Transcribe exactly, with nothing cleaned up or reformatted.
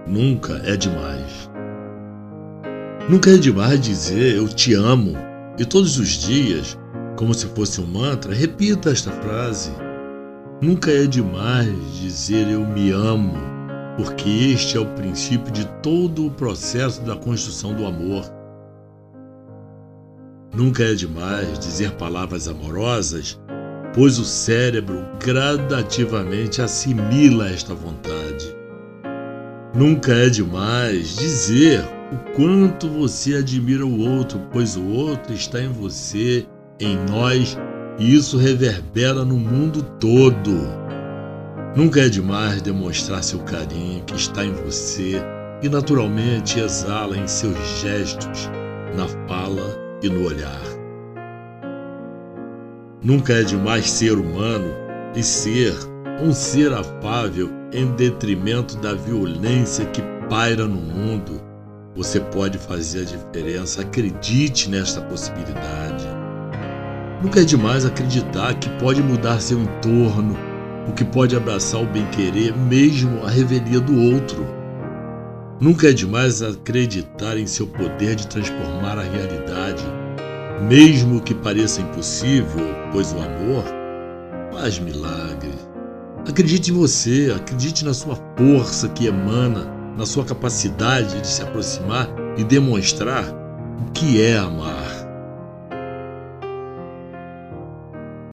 Nunca é demais. Nunca é demais dizer eu te amo e todos os dias, como se fosse um mantra, repita esta frase. Nunca é demais dizer eu me amo, porque este é o princípio de todo o processo da construção do amor. Nunca é demais dizer palavras amorosas, pois o cérebro gradativamente assimila esta vontade. Nunca é demais dizer o quanto você admira o outro, pois o outro está em você, em nós, e isso reverbera no mundo todo. Nunca é demais demonstrar seu carinho que está em você e naturalmente exala em seus gestos, na fala e no olhar. Nunca é demais ser humano e ser um ser afável em detrimento da violência que paira no mundo. Você pode fazer a diferença, acredite nesta possibilidade. Nunca é demais acreditar que pode mudar seu entorno, o que pode abraçar o bem-querer, mesmo a revelia do outro. Nunca é demais acreditar em seu poder de transformar a realidade, mesmo que pareça impossível, pois o amor faz milagres. Acredite em você, acredite na sua força que emana, na sua capacidade de se aproximar e demonstrar o que é amar.